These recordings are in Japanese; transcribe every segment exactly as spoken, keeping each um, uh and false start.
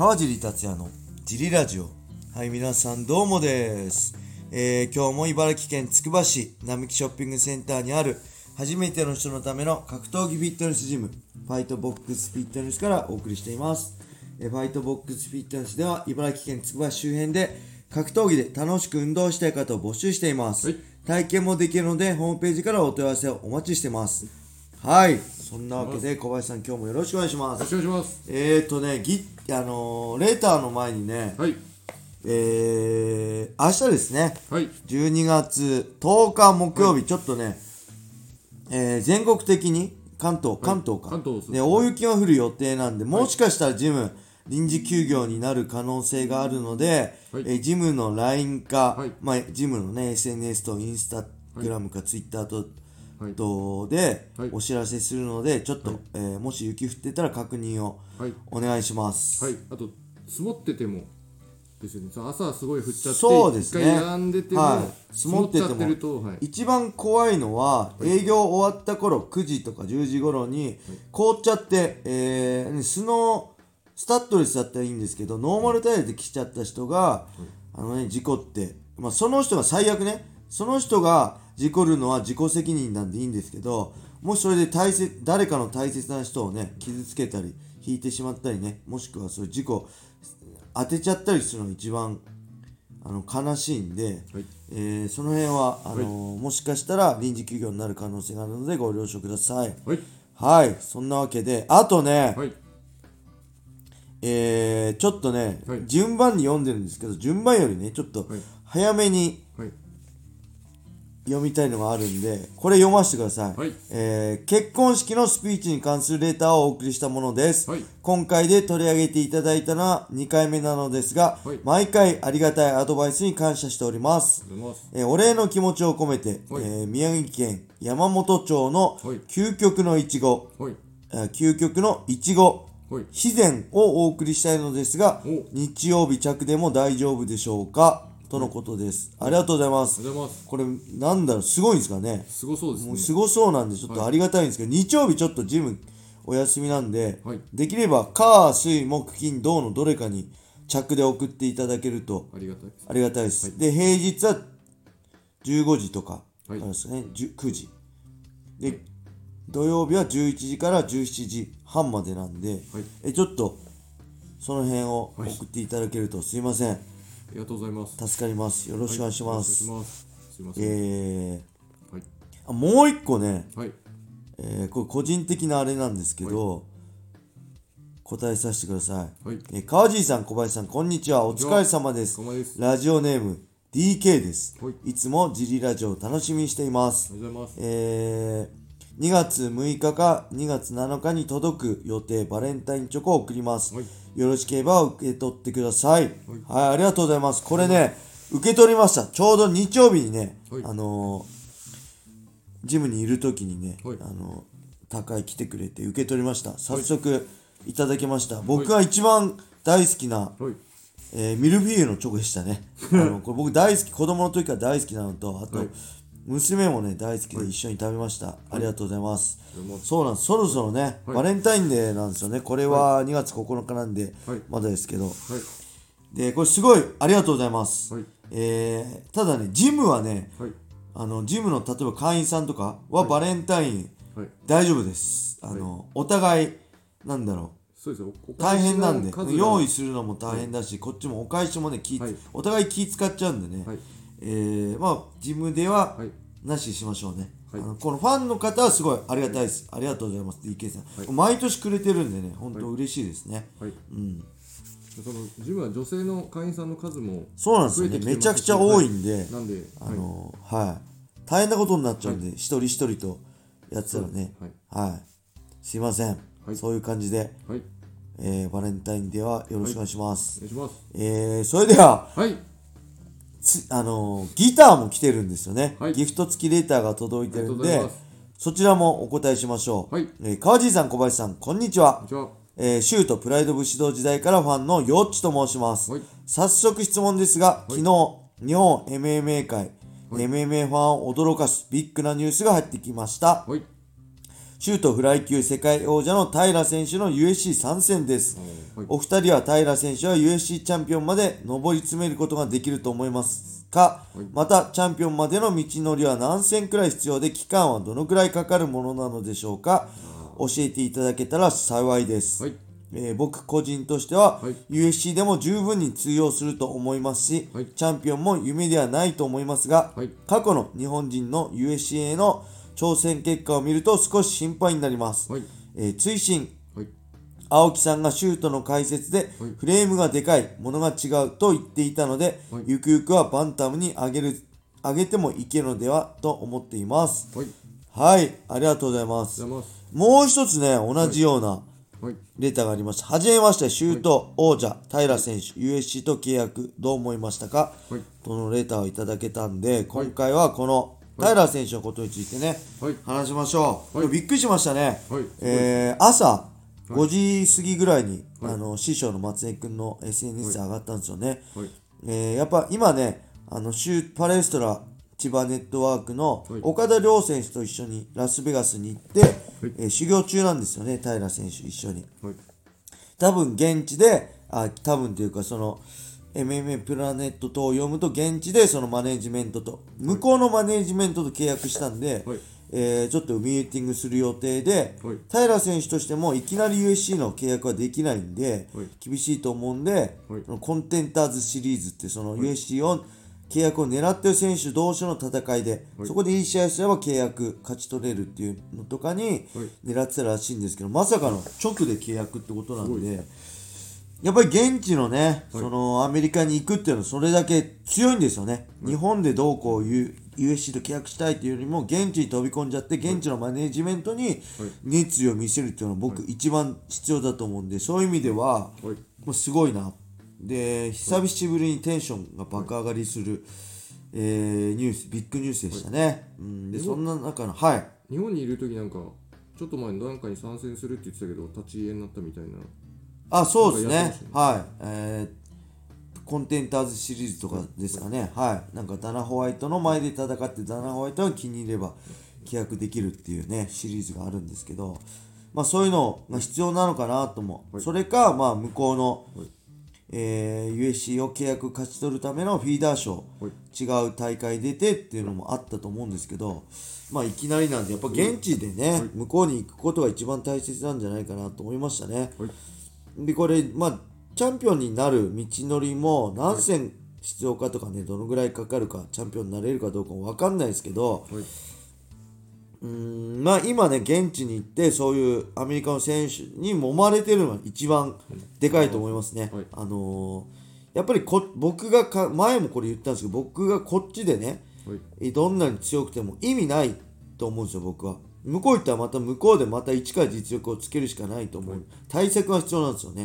川尻達也のジリラジオ。はい、皆さんどうもです。えー、今日も茨城県つくば市並木ショッピングセンターにある初めての人のための格闘技フィットネスジム、ファイトボックスフィットネスからお送りしています。えー、ファイトボックスフィットネスでは茨城県つくば市周辺で格闘技で楽しく運動したい方を募集しています。はい、体験もできるのでホームページからお問い合わせをお待ちしてます。はい、そんなわけで小林さん、今日もよろしくお願いします。 よろしくお願いします。 えーとね、ギあのー、レーターの前にね、 はい、 えー、明日ですね、 はい、 じゅうにがつとおか木曜日、はい、ちょっとね、えー、全国的に関東、関東か、 関東ね、大雪が降る予定なんで、もしかしたらジム、臨時休業になる可能性があるので、はい、えー、ジムの ライン か、はい、まあ、ジムのね、エスエヌエス とインスタグラムか、はい、ツイッターと、はい、とでお知らせするので、ちょっと、はい、えー、もし雪降ってたら確認をお願いします。 はい、あと積もっててもですよね。朝はすごい降っちゃって、 そうですね、 一回止んでても、はい、 積もってても、てと、はい、一番怖いのは、はい、営業終わった頃くじとかじゅうじ頃に、はい、凍っちゃって、えー、スノースタッドレスだったらいいんですけど、ノーマルタイヤで来ちゃった人が、はい、あのね、事故って、まあ、その人が最悪ね、その人が事故るのは自己責任なんでいいんですけど、もしそれで大切誰かの大切な人をね、傷つけたり引いてしまったりね、もしくはそういう事故当てちゃったりするのが一番あの悲しいんで、はい、えー、その辺はあのーはい、もしかしたら臨時休業になる可能性があるのでご了承ください。はい、はい、そんなわけで、あとね、はい、えー、ちょっとね、はい、順番に読んでるんですけど、順番よりね、ちょっと早めに読みたいのがあるんで、これ読ませてください。はい、えー、結婚式のスピーチに関するレターをお送りしたものです。はい、今回で取り上げていただいたのはにかいめなのですが、はい、毎回ありがたいアドバイスに感謝しております。えー、お礼の気持ちを込めて、はい、えー、宮城県山本町の究極のいちご、はい、究極のいちご、自然をお送りしたいのですが、日曜日着でも大丈夫でしょうかとのことです。ありがとうございます。 ありがとうございます。 これなんだろう、すごいんですかね。 すごそうですね。 もうすごそうなんでちょっとありがたいんですけど、はい、日曜日ちょっとジムお休みなんで、はい、できれば火水木金土のどれかに着で送っていただけるとありがたいです。 ありがたいです。はい、で平日はじゅうごじとかありますね、はい、くじで、はい、土曜日はじゅういちじからじゅうしちじはんまでなんで、はい、えちょっとその辺を送っていただけるとすいません。 ありがとうございます。 助かります。よろしくお願いします。 はい、すいません。 えー、はい、あもう一個ね、はい、えー、これ個人的なあれなんですけど、はい、答えさせてください。はい、えー、川尻さん、小林さん、こんにちは。お疲れ様です。ラジオネーム ディーケー です。はい、いつもジリラジオを楽しみにしています。 ありがとうございます。 えーにがつむいかかにがつなのかに届く予定バレンタインチョコを送ります。はい、よろしければ受け取ってください。はい、はい、ありがとうございます。これね、受け取りました。ちょうど日曜日にね、はい、あのー、ジムにいるときにね、はい、あのー、高い来てくれて受け取りました。早速いただきました。はい、僕が一番大好きな、はい、えー、ミルフィーユのチョコでしたね。あのこれ僕大好き、子供の時から大好きなのと、あと、はい、娘もね大好きで一緒に食べました。はい、ありがとうございます。はい、そうなんです。そろそろね、はい、バレンタインデーなんですよね。これはにがつここのかなんで、はい、まだですけど、はい、でこれすごいありがとうございます。はい、えー、ただねジムはね、はい、あのジムの例えば会員さんとかはバレンタイン、はい、大丈夫です。あの、はい、お互いなんだろう、 そうですよ、 大変なんで用意するのも大変だし、はい、こっちもお返しもね気、はい、お互い気使っちゃうんでね、はい、えー、まあジムではなししましょうね。はい、あのこのファンの方はすごいありがたいです。はい、ありがとうございます。 ディーケー さん、はい、毎年くれてるんでね、本当嬉しいですね。はい、うん、 そのジムは女性の会員さんの数もそうなんですよね、めちゃくちゃ多いんで、はい、なんであのー、はい、はい、大変なことになっちゃうんで、はい、一人一人とやってたらね、はい、はい、すいません、はい、そういう感じで、はい、えー、バレンタインデーはよろしくお願いします。はい、お願いします。えー、それでは、はい、あのー、ギターも来てるんですよね。はい、ギフト付きレターが届いてるんで、そちらもお答えしましょう。はい、えー、川尻さん、小林さん、こんにちは。こんにちは。えー、シュートプライド武士道時代からファンのヨッチと申します。はい、早速質問ですが、はい、昨日、日本 エムエムエー 界、はい、エムエムエー ファンを驚かすビッグなニュースが入ってきました。はい、 シュートフライ級世界王者の平選手の ユーエフシー 参戦です。 はい、 お二人は平選手は ユーエフシー チャンピオンまで上り詰めることができると思いますか、はい、またチャンピオンまでの道のりは何戦くらい必要で期間はどのくらいかかるものなのでしょうか。教えていただけたら幸いです。はい、えー、僕個人としては、はい、ユーエフシー でも十分に通用すると思いますし、はい、チャンピオンも夢ではないと思いますが、はい、過去の日本人の ユーエフシー への挑戦結果を見ると少し心配になります。はい、えー、追伸、はい、青木さんがシュートの解説で、はい、フレームがでかい、ものが違うと言っていたので、はい、ゆくゆくはバンタムに上げる、上げてもいけるのではと思っています。はい、はい、ありがとうございます。もう一つね、同じようなレターがありました。はじめまして、シュート王者、平選手、ユーエフシー と契約、どう思いましたか、はい、このレターをいただけたんで、今回はこの、平選手のことについてね、はい、話しましょう。はい、びっくりしましたね。はい、えー、朝ごじ過ぎぐらいに、はい、あの師匠の松江くんの エスエヌエス で上がったんですよね。はい、えー、やっぱ今ね、あのシューパレストラ千葉ネットワークの岡田亮選手と一緒にラスベガスに行って、はい、えー、修行中なんですよね、平選手一緒に。はい、多分現地で、あ、多分というかその、エムエムエー プラネット等を読むと現地でそのマネージメントと向こうのマネージメントと契約したんで、はい、えー、ちょっとミーティングする予定で、はい、平選手としてもいきなり ユーエフシー の契約はできないんで、はい、厳しいと思うんで、はい、そのコンテンターズシリーズってその ユーエフシー を契約を狙ってる選手同士の戦いで、はい、そこでいい試合すれば契約勝ち取れるっていうのとかに狙ってたらしいんですけど、まさかの直で契約ってことなんで、やっぱり現地のね、はい、そのアメリカに行くっていうのはそれだけ強いんですよね。はい、日本でどうこう ユーエフシー と契約したいというよりも現地に飛び込んじゃって現地のマネージメントに熱意を見せるっていうのは僕一番必要だと思うんで、そういう意味ではもうすごいな。で、久しぶりにテンションが爆上がりする、えー、ニュース、ビッグニュースでしたね。うん、で、そんな中の、はい。 日本にいるときなんか、ちょっと前に何かに参戦するって言ってたけど、立ち入れになったみたいな。 あ、そうですね。はい。えー、コンテンターズシリーズとかですかね。はい。なんかダナ・ホワイトの前で戦ってダナ・ホワイトが気に入れば契約できるっていうね、シリーズがあるんですけど、まあそういうのが必要なのかなと思う。はい、それか、まあ向こうの、はい、えー、ユーエフシー を契約勝ち取るためのフィーダー賞、はい、違う大会出てっていうのもあったと思うんですけど、まあいきなりなんで、やっぱ現地でね、はい、向こうに行くことが一番大切なんじゃないかなと思いましたね。はい、で、これ、まあ、チャンピオンになる道のりも何戦必要かとかね、どのぐらいかかるか、チャンピオンになれるかどうかもわかんないですけど、はい、うーん、まあ今ね、現地に行ってそういうアメリカの選手に揉まれてるのが一番でかいと思いますね。はい、あのー、やっぱりこ僕がか、前もこれ言ったんですけど、僕がこっちでね、はい、どんなに強くても意味ないと思うんですよ、僕は。向こう行ったらまた向こうでまた一から実力をつけるしかないと思う。はい、対策が必要なんですよね。はい、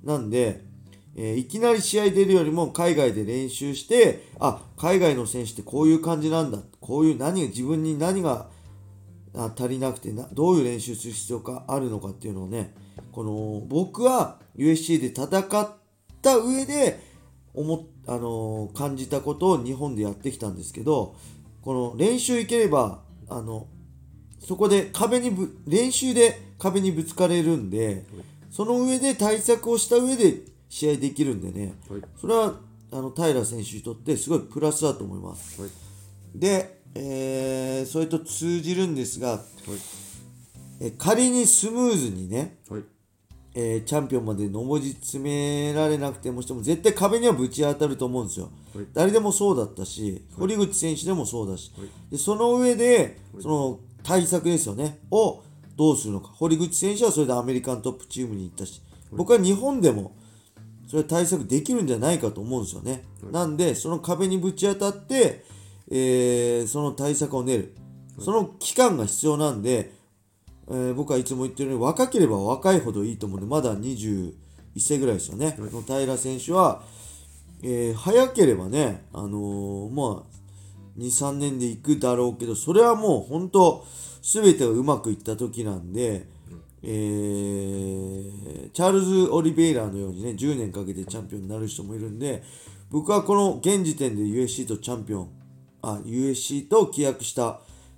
なんで、えー、いきなり試合出るよりも海外で練習して、あ、海外の選手ってこういう感じなんだ。こういう何が、自分に何があ足りなくてな、どういう練習する必要があるのかっていうのをね、この、僕は ユーエフシー で戦った上で、思っ、あのー、感じたことを日本でやってきたんですけど、この練習行ければ、あの、そこで壁にぶ、練習で壁にぶつかれるんで、その上で対策をした上で試合できるんでね、それはあの平選手にとってすごいプラスだと思います。で、えー、それと通じるんですが、え仮にスムーズにね、えー、チャンピオンまで上り詰められなくてもしても絶対壁にはぶち当たると思うんですよ。誰でもそうだったし、堀口選手でもそうだし、でその上でその対策ですよねをどうするのか。堀口選手はそれでアメリカントップチームに行ったし、僕は日本でもそれ対策できるんじゃないかと思うんですよね。なんでその壁にぶち当たって、えー、その対策を練る、その期間が必要なんで、えー、僕はいつも言ってるように若ければ若いほどいいと思うんで、まだにじゅういっさいぐらいですよね。の平選手は、えー、早ければね、あのー、まあに、さんねんで行くだろうけど、それはもう本当全てがうまくいった時なんで、えー、チャールズ・オリベイラーのようにね、じゅうねんかけてチャンピオンになる人もいるんで、僕はこの現時点で ユーエフシー とチャンピオン、あ、ユーエフシー と契約した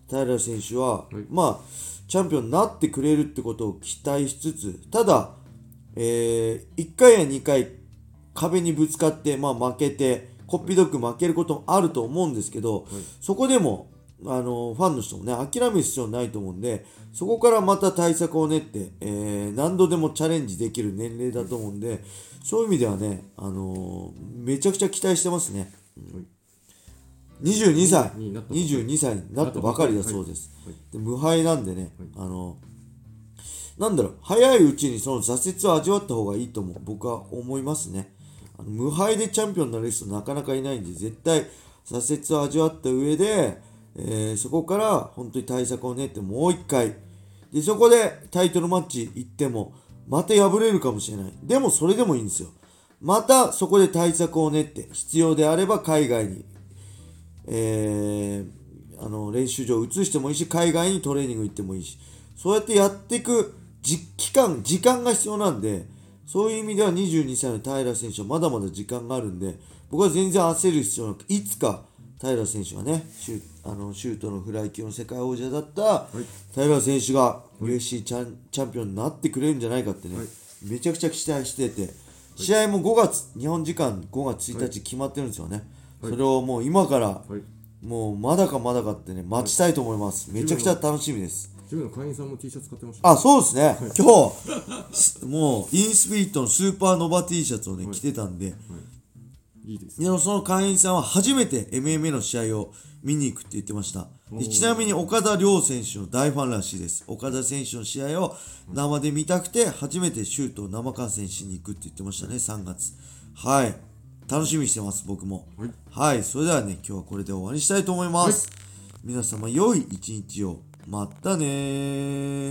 平選手は、 はい、 まあチャンピオンになってくれるってことを期待しつつ、ただ、えー、いっかいやにかい壁にぶつかって、まあ、負けてこっぴどく負けることもあると思うんですけど、はい、そこでもあのファンの人もね諦める必要ないと思うんで、そこからまた対策を練って、えー、何度でもチャレンジできる年齢だと思うんで、そういう意味ではね、あのー、めちゃくちゃ期待してますね。はい、にじゅうにさいにじゅうにさいになったばかりだそうです。はいはい、で無敗なんでね、はい、あのー、なんだろう、早いうちにその挫折を味わった方がいいとも僕は思いますね。あの無敗でチャンピオンになれる人なかなかいないんで、絶対挫折を味わった上で、えー、そこから本当に対策を練ってもう一回で、そこでタイトルマッチ行ってもまた敗れるかもしれない。でもそれでもいいんですよ。またそこで対策を練って必要であれば海外に、えー、あの練習場を移してもいいし、海外にトレーニング行ってもいいし、そうやってやっていく期間時間が必要なんで、そういう意味ではにじゅうにさいの平選手はまだまだ時間があるんで、僕は全然焦る必要なく、いつか平選手がね、シュあのシュートのフライ級の世界王者だった、はい、平選手が ユーエフシー チャン、チャンピオンになってくれるんじゃないかってね、はい、めちゃくちゃ期待してて、はい、試合もごがつ、日本時間ごがつついたち決まってるんですよね。はい、それをもう今から、はい、もうまだかまだかってね、待ちたいと思います。はい、めちゃくちゃ楽しみです。 ジムの会員さんも T シャツ買ってました。 あ、そうですね。はい、今日、もう、インスピリットのスーパーノバ T シャツをね、はい、着てたんで、はい、いいですね。でもその会員さんは初めて エムエムエー の試合を見に行くって言ってました。でちなみに岡田亮選手の大ファンらしいです。岡田選手の試合を生で見たくて、初めてシュートを生観戦しに行くって言ってましたね、さんがつ。はい。楽しみにしてます、僕も。はい。はい、それではね、今日はこれで終わりにしたいと思います。はい、皆様、良い一日を。またねー。